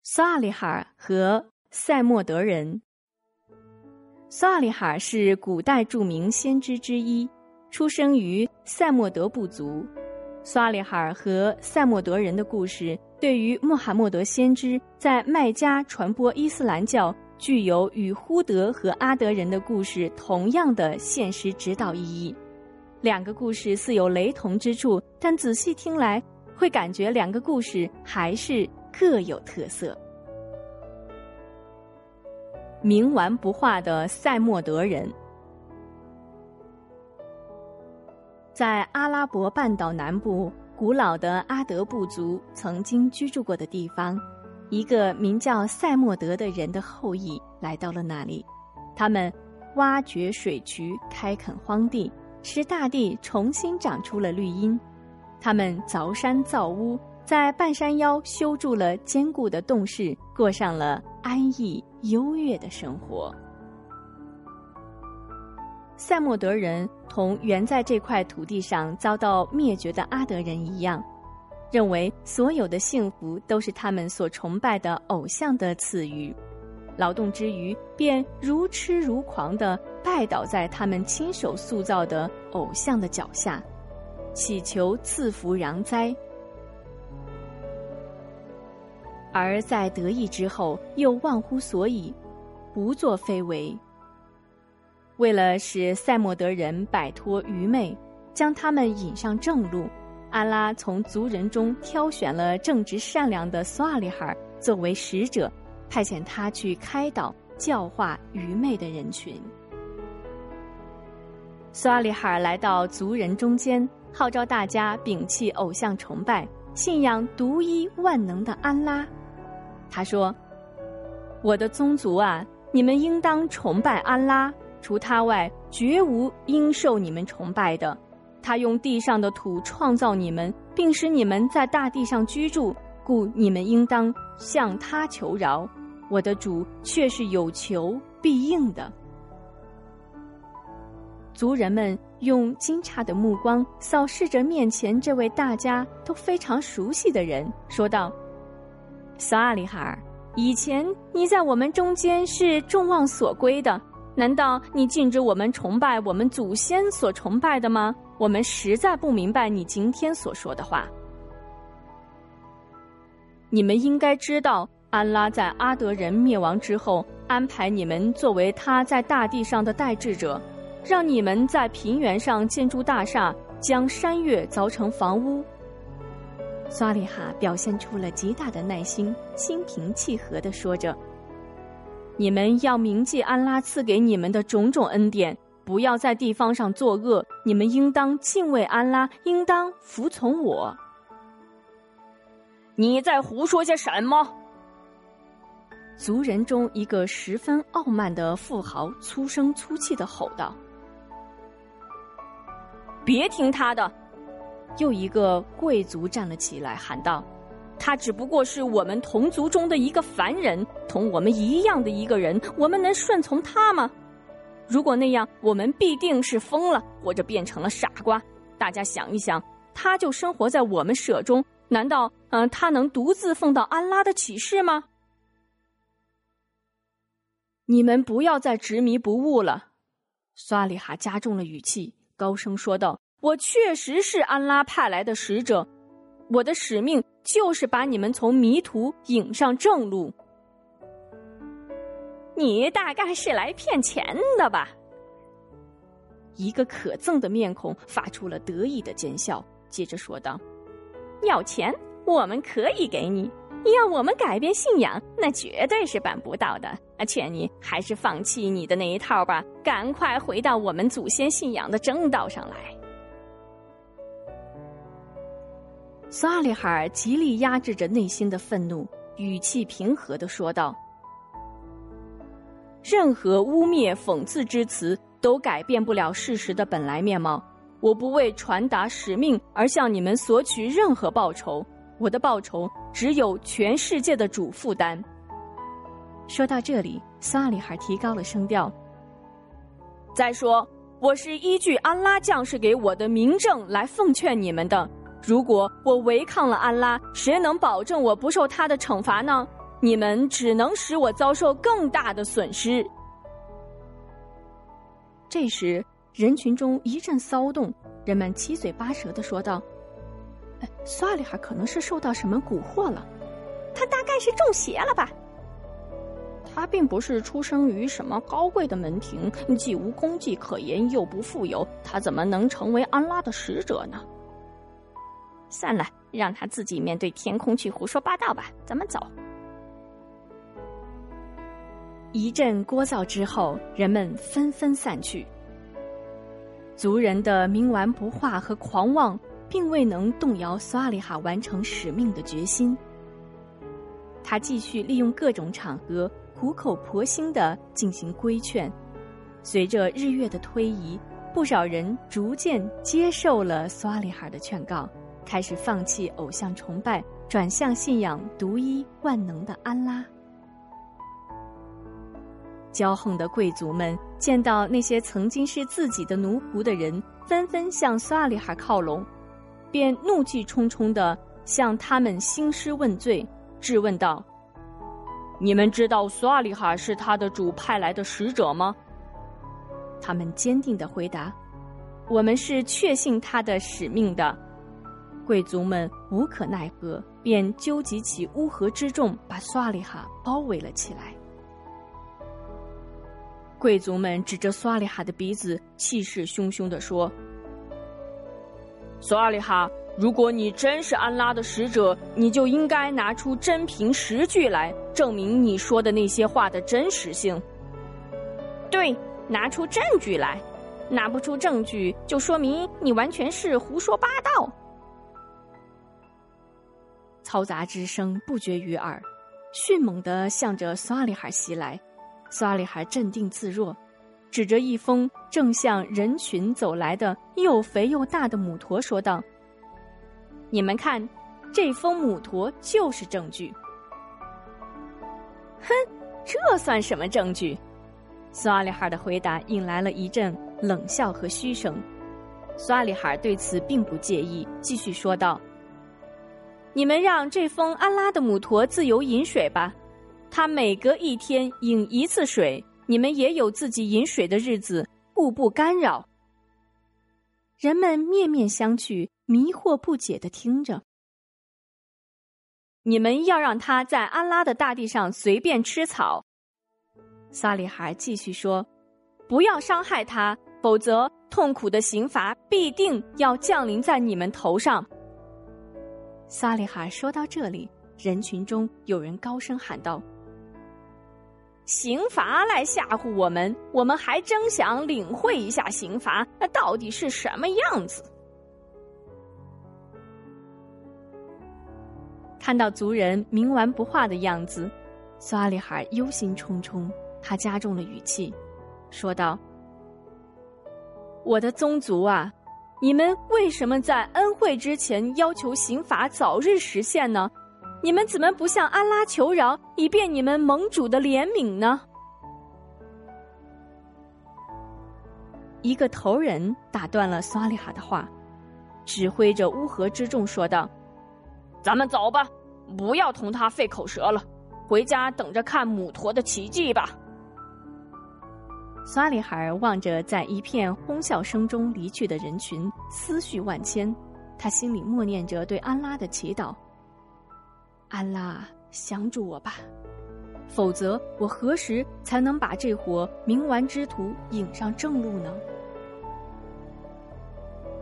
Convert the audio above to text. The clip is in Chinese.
萨利哈尔和塞莫德人。萨利哈尔是古代著名先知之一，出生于塞莫德部族。萨利哈尔和塞莫德人的故事对于穆罕默德先知在麦加传播伊斯兰教具有与呼德和阿德人的故事同样的现实指导意义。两个故事似有雷同之处，但仔细听来会感觉两个故事还是各有特色。冥顽不化的塞莫德人。在阿拉伯半岛南部古老的阿德部族曾经居住过的地方，一个名叫塞莫德的人的后裔来到了那里。他们挖掘水渠，开垦荒地，使大地重新长出了绿荫。他们凿山造屋，在半山腰修筑了坚固的洞室，过上了安逸优越的生活。塞莫德人同原在这块土地上遭到灭绝的阿德人一样，认为所有的幸福都是他们所崇拜的偶像的赐予，劳动之余便如痴如狂地拜倒在他们亲手塑造的偶像的脚下，祈求赐福攘灾。而在得意之后又忘乎所以，不作非为。为了使塞莫德人摆脱愚昧，将他们引上正路，安拉从族人中挑选了正直善良的萨利哈尔作为使者，派遣他去开导教化愚昧的人群。萨利哈尔来到族人中间，号召大家摒弃偶像崇拜，信仰独一万能的安拉。他说：我的宗族啊，你们应当崇拜安拉，除他外绝无应受你们崇拜的。他用地上的土创造你们，并使你们在大地上居住，故你们应当向他求饶。我的主却是有求必应的。族人们用惊诧的目光扫视着面前这位大家都非常熟悉的人，说道：萨利哈尔，以前你在我们中间是众望所归的，难道你禁止我们崇拜我们祖先所崇拜的吗？我们实在不明白你今天所说的话。你们应该知道，安拉在阿德人灭亡之后，安排你们作为他在大地上的代治者，让你们在平原上建筑大厦，将山岳凿成房屋。萨利哈表现出了极大的耐心，心平气和地说着：你们要铭记安拉赐给你们的种种恩典，不要在地方上作恶，你们应当敬畏安拉，应当服从我。 你在胡说些什么？ 族人中一个十分傲慢的富豪粗声粗气地吼道： 别听他的！ 又一个贵族站了起来喊道： 他只不过是我们同族中的一个凡人，同我们一样的一个人，我们能顺从他吗？如果那样，我们必定是疯了，或者变成了傻瓜。大家想一想，他就生活在我们舍中，难道他能独自奉到安拉的启示吗？ 你们不要再执迷不悟了。萨利哈加重了语气，高声说道：我确实是安拉派来的使者，我的使命就是把你们从迷途引上正路。 你大概是来骗钱的吧？ 一个可憎的面孔发出了得意的奸笑，接着说道： 要钱我们可以给你，要我们改变信仰，那绝对是办不到的。劝你还是放弃你的那一套吧，赶快回到我们祖先信仰的正道上来。 萨利哈尔极力压制着内心的愤怒，语气平和地说道：任何污蔑讽刺之词都改变不了事实的本来面貌。我不为传达使命而向你们索取任何报酬，我的报酬只有全世界的主负担。说到这里，萨利哈提高了声调：再说，我是依据安拉降世给我的明证来奉劝你们的。如果我违抗了安拉，谁能保证我不受他的惩罚呢？ 你们只能使我遭受更大的损失。 这时，人群中一阵骚动，人们七嘴八舌地说道：“索阿里哈可能是受到什么蛊惑了， 他大概是中邪了吧？ 他并不是出生于什么高贵的门庭，既无功绩可言，又不富有，他怎么能成为安拉的使者呢？ 算了，让他自己面对天空去胡说八道吧，咱们走。” 一阵聒噪之后，人们纷纷散去。族人的冥顽不化和狂妄并未能动摇索阿里哈完成使命的决心。他继续利用各种场合苦口婆心地进行规劝。随着日月的推移，不少人逐渐接受了索阿里哈的劝告，开始放弃偶像崇拜，转向信仰独一万能的安拉。骄横的贵族们见到那些曾经是自己的奴仆的人纷纷向索阿里哈靠拢，便怒气冲冲地向他们兴师问罪，质问道：“你们知道索阿里哈是他的主派来的使者吗？”他们坚定地回答：“我们是确信他的使命的。”贵族们无可奈何，便纠集起乌合之众，把索阿里哈包围了起来。贵族们指着索阿里哈的鼻子，气势汹汹地说：“ 索阿里哈，如果你真是安拉的使者，你就应该拿出真凭实据来证明你说的那些话的真实性。对，拿出证据来，拿不出证据，就说明你完全是胡说八道。” 嘈杂之声不绝于耳，迅猛地向着索阿里哈袭来。索阿里哈镇定自若，指着一峰正向人群走来的又肥又大的母驼说道：“你们看，这峰母驼就是证据。”“ 哼，这算什么证据？” 索阿里哈的回答引来了一阵冷笑和嘘声。索阿里哈对此并不介意，继续说道：“ 你们让这峰安拉的母驼自由饮水吧，它每隔一天饮一次水，你们也有自己饮水的日子，互不干扰。” 人们面面相觑，迷惑不解地听着。 “你们要让它在安拉的大地上随便吃草。” 索阿里哈继续说：“ 不要伤害它，否则痛苦的刑罚必定要降临在你们头上。” 索阿里哈说到这里，人群中有人高声喊道：“ 刑罚来吓唬我们，我们还真想领会一下刑罚那到底是什么样子。” 看到族人冥顽不化的样子，索阿里哈忧心忡忡，他加重了语气说道：“ 我的宗族啊，你们为什么在恩惠之前要求刑罚早日实现呢？你们怎么不向安拉求饶，以便你们蒙主的怜悯呢？” 一个头人打断了索阿里哈的话，指挥着乌合之众说道：“ 咱们走吧，不要同他费口舌了，回家等着看母驼的奇迹吧。” 索阿里哈望着在一片哄笑声中离去的人群，思绪万千。他心里默念着对安拉的祈祷：“安拉，降住我吧，否则我何时才能把这伙冥顽之徒引上正路呢？”